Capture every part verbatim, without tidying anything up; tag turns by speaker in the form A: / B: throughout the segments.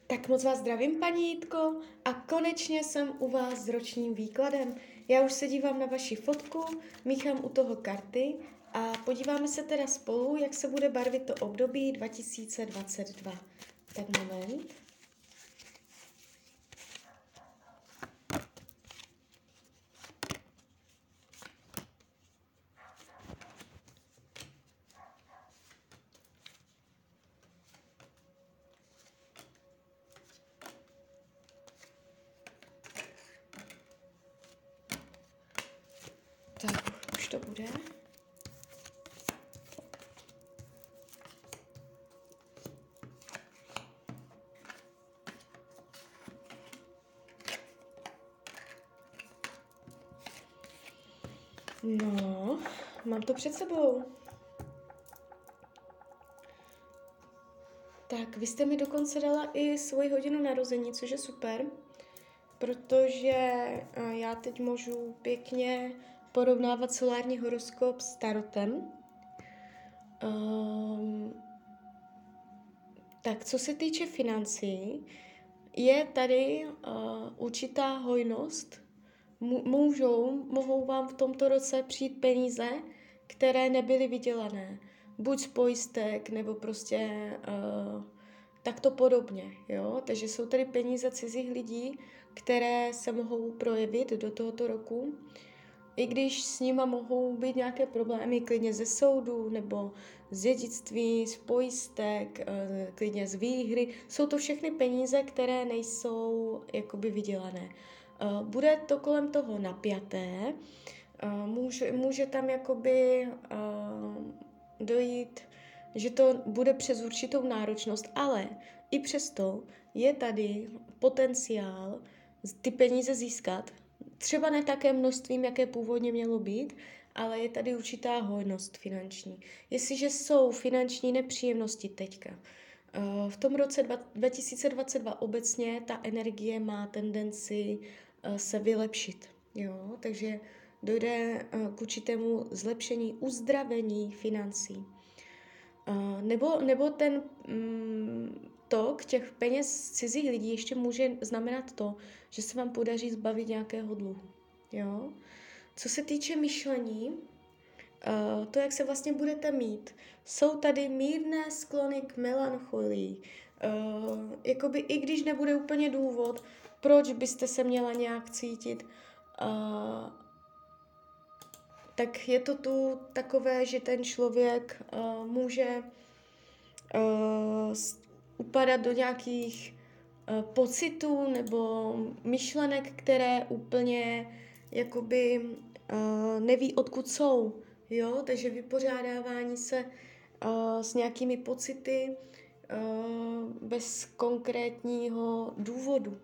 A: Tak moc vás zdravím, paní Jitko, a konečně jsem u vás s ročním výkladem. Já už se dívám na vaši fotku, míchám u toho karty a podíváme se teda spolu, jak se bude barvit to období dva tisíce dvacet dva. Tak moment. Tak, už to bude. No, mám to před sebou. Tak, vy jste mi dokonce dala i svoji hodinu narození, což je super, protože eh, já teď můžu pěkně porovnávat solární horoskop s tarotem. Um, tak, co se týče financí, je tady uh, určitá hojnost. Můžou, mohou vám v tomto roce přijít peníze, které nebyly vydělané. Buď z pojistek, nebo prostě uh, takto podobně. Jo? Takže jsou tady peníze cizích lidí, které se mohou projevit do tohoto roku. I když s nima mohou být nějaké problémy, klidně ze soudu, nebo z dědictví, z pojistek, uh, klidně z výhry. Jsou to všechny peníze, které nejsou jakoby vydělané. Uh, bude to kolem toho napjaté, uh, může, může tam jakoby uh, dojít, že to bude přes určitou náročnost, ale i přesto je tady potenciál ty peníze získat, třeba ne také množstvím, jaké původně mělo být, ale je tady určitá hojnost finanční. Jestliže jsou finanční nepříjemnosti teďka, v tom roce dva tisíce dvacet dva obecně ta energie má tendenci se vylepšit. Jo? Takže dojde k určitému zlepšení, uzdravení financí. Nebo, nebo ten mm, tok těch peněz cizích lidí ještě může znamenat to, že se vám podaří zbavit nějakého dluhu. Jo? Co se týče myšlení, Uh, to, jak se vlastně budete mít. Jsou tady mírné sklony k melancholii. Uh, jakoby i když nebude úplně důvod, proč byste se měla nějak cítit, uh, tak je to tu takové, že ten člověk uh, může uh, upadat do nějakých uh, pocitů nebo myšlenek, které úplně jakoby uh, neví, odkud jsou. Jo, takže vypořádávání se uh, s nějakými pocity uh, bez konkrétního důvodu.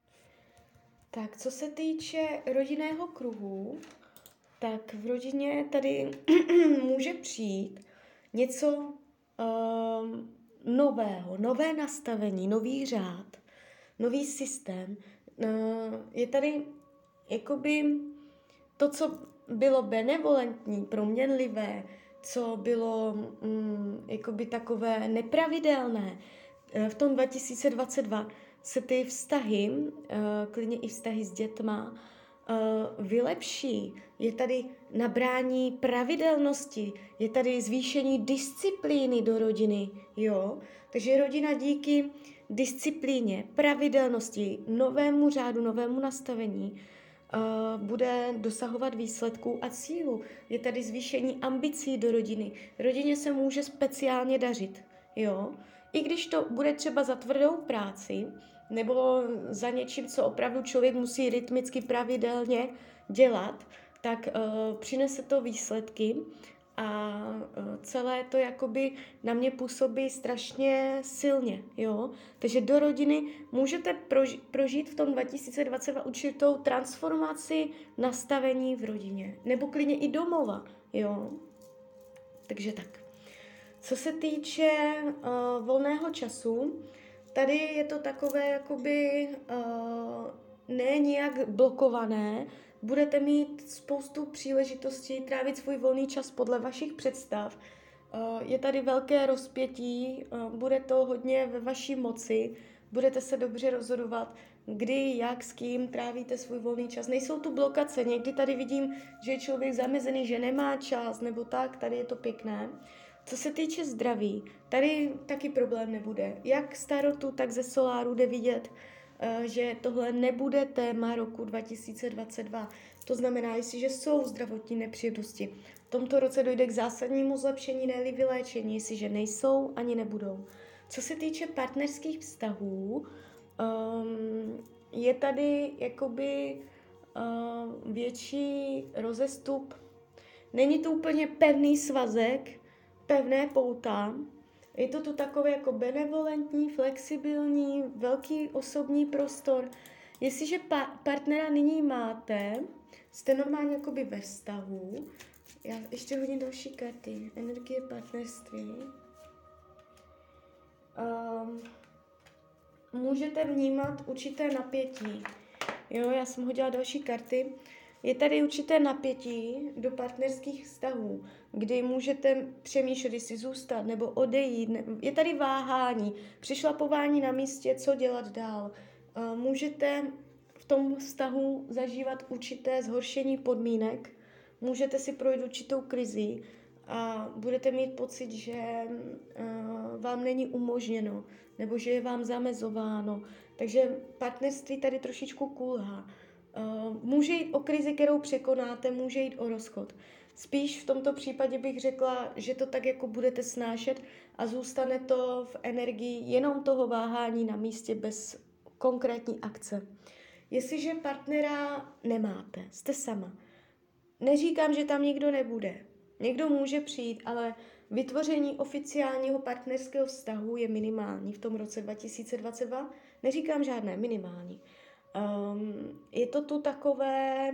A: Tak, co se týče rodinného kruhu, tak v rodině tady může přijít něco uh, nového, nové nastavení, nový řád, nový systém. Uh, je tady jakoby to, co bylo benevolentní, proměnlivé, co bylo mm, jakoby takové nepravidelné. V tom dva tisíce dvacet dva se ty vztahy, uh, klidně i vztahy s dětma, uh, vylepší. Je tady nabrání pravidelnosti, je tady zvýšení disciplíny do rodiny. Jo? Takže rodina díky disciplíně, pravidelnosti, novému řádu, novému nastavení Uh, bude dosahovat výsledků a cílů. Je tady zvýšení ambicí do rodiny. Rodině se může speciálně dařit. Jo? I když to bude třeba za tvrdou práci, nebo za něčím, co opravdu člověk musí rytmicky pravidelně dělat, tak uh, přinese to výsledky a uh, celé to jakoby na mě působí strašně silně. Jo? Takže do rodiny můžete proži- prožít v tom dva tisíce dvacet dva určitou transformaci nastavení v rodině. Nebo klidně i domova. Jo? Takže tak. Co se týče uh, volného času, tady je to takové jakoby uh, ne nijak blokované. Budete mít spoustu příležitostí trávit svůj volný čas podle vašich představ. Uh, je tady velké rozpětí, uh, bude to hodně ve vaší moci. budete se dobře rozhodovat, kdy, jak, s kým trávíte svůj volný čas. Nejsou tu blokace, někdy tady vidím, že je člověk zamezený, že nemá čas, nebo tak, tady je to pěkné. Co se týče zdraví, tady taky problém nebude. Jak z tarotu, tak ze soláru jde vidět, že tohle nebude téma roku dva tisíce dvacet dva. To znamená, jestliže jsou zdravotní nepříjemnosti, v tomto roce dojde k zásadnímu zlepšení, ne-li vyléčení, jestliže nejsou, ani nebudou. Co se týče partnerských vztahů, um, je tady jakoby uh, větší rozestup. Není to úplně pevný svazek, pevné pouta. Je to tu takové jako benevolentní, flexibilní, velký osobní prostor. Jestliže pa- partnera nyní máte, jste normálně jakoby ve vztahu. Já ještě hodím další karty. Energie partnerství. Um, můžete vnímat určité napětí. Jo, já jsem hodila další karty. Je tady určité napětí do partnerských vztahů, kdy můžete přemýšlet, jestli zůstat nebo odejít. Je tady váhání, přišlapování na místě, co dělat dál. Můžete v tom vztahu zažívat určité zhoršení podmínek, můžete si projít určitou krizi a budete mít pocit, že vám není umožněno nebo že je vám zamezováno. Takže partnerství tady trošičku kulhá. Uh, může jít o krizi, kterou překonáte, může jít o rozchod. Spíš v tomto případě bych řekla, že to tak jako budete snášet a zůstane to v energii jenom toho váhání na místě bez konkrétní akce. Jestliže partnera nemáte, jste sama. Neříkám, že tam nikdo nebude. Někdo může přijít, ale vytvoření oficiálního partnerského vztahu je minimální v tom roce dva tisíce dvacet dva. Neříkám žádné, minimální. Um, je to tu takové,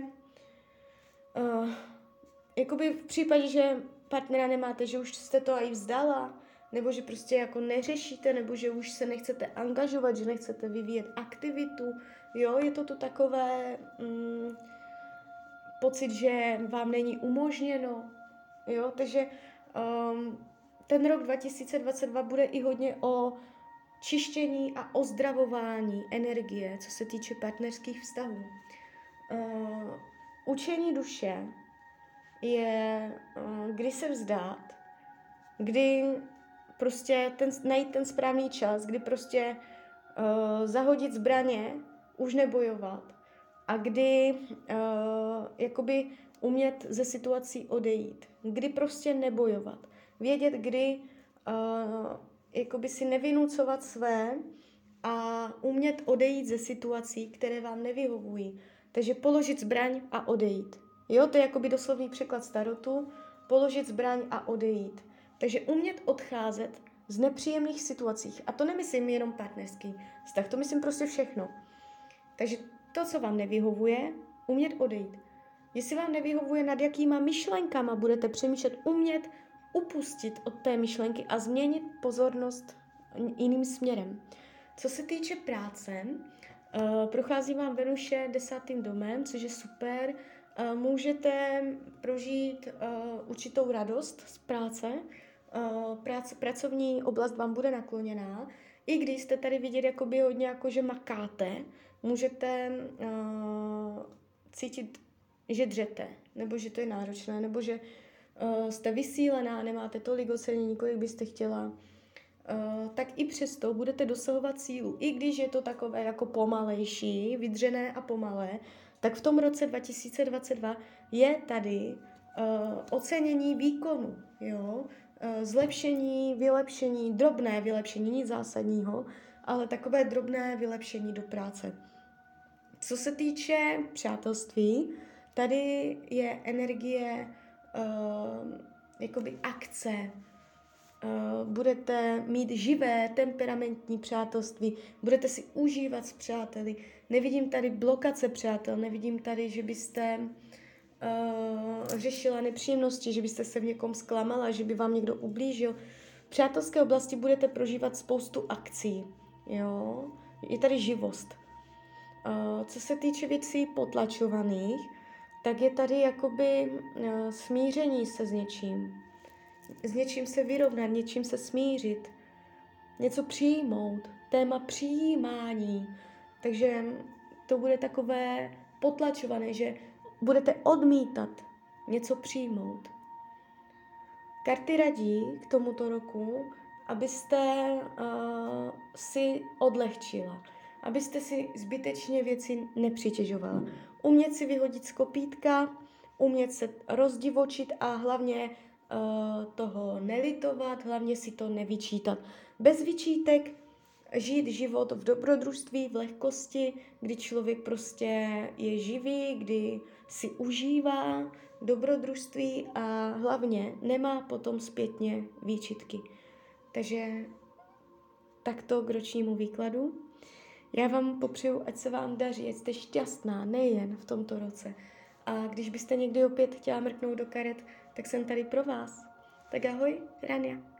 A: uh, jakoby v případě, že partnera nemáte, že už jste to i vzdala, nebo že prostě jako neřešíte, nebo že už se nechcete angažovat, že nechcete vyvíjet aktivitu, jo, je to tu takové um, pocit, že vám není umožněno, jo, takže um, ten rok dva tisíce dvacet dva bude i hodně o čištění a ozdravování energie, co se týče partnerských vztahů. Uh, učení duše je, uh, kdy se vzdát, kdy prostě ten, najít ten správný čas, kdy prostě uh, zahodit zbraně, už nebojovat a kdy uh, jakoby umět ze situací odejít, kdy prostě nebojovat. Vědět, kdy uh, jakoby si nevynucovat své a umět odejít ze situací, které vám nevyhovují. Takže položit zbraň a odejít. Jo, to je jakoby doslovný překlad z tarotu. Položit zbraň a odejít. Takže umět odcházet z nepříjemných situací. A to nemyslím jenom partnerský vztah, to myslím prostě všechno. Takže to, co vám nevyhovuje, umět odejít. Jestli vám nevyhovuje, nad jakýma myšlenkama budete přemýšlet, umět upustit od té myšlenky a změnit pozornost jiným směrem. Co se týče práce, uh, prochází vám Venuše desátým domem, což je super. Uh, můžete prožít uh, určitou radost z práce. Uh, práce. Pracovní oblast vám bude nakloněná. I když jste tady vidět jakoby hodně jako, že makáte, můžete uh, cítit, že dřete, nebo že to je náročné, nebo že Uh, jste vysílená, nemáte tolik ocenění, kolik byste chtěla, uh, tak i přesto budete dosahovat sílu. I když je to takové jako pomalejší, vydřené a pomalé, tak v tom roce dva tisíce dvacet dva je tady uh, ocenění výkonu, jo? Uh, zlepšení, vylepšení, drobné vylepšení, nic zásadního, ale takové drobné vylepšení do práce. Co se týče přátelství, tady je energie Uh, jakoby akce, uh, budete mít živé, temperamentní přátelství, budete si užívat s přáteli. Nevidím tady blokace přátel, nevidím tady, že byste uh, řešila nepříjemnosti, že byste se v někom zklamala, že by vám někdo ublížil. V přátelské oblasti budete prožívat spoustu akcí. Jo? Je tady živost. Uh, co se týče věcí potlačovaných, tak je tady jakoby uh, smíření se s něčím. S něčím se vyrovnat, něčím se smířit, něco přijmout. téma přijímání. Takže to bude takové potlačované, že budete odmítat něco přijmout. Karty radí k tomuto roku, abyste uh, si odlehčila, abyste si zbytečně věci nepřitěžovala. Umět si vyhodit z kopítka, umět se rozdivočit a hlavně uh, toho nelitovat, hlavně si to nevyčítat. Bez vyčítek žít život v dobrodružství, v lehkosti, kdy člověk prostě je živý, kdy si užívá dobrodružství a hlavně nemá potom zpětně výčitky. Takže takto k ročnímu výkladu. Já vám popřeju, ať se vám daří, ať jste šťastná nejen v tomto roce. A když byste někdy opět chtěla mrknout do karet, tak jsem tady pro vás. Tak ahoj, Rania.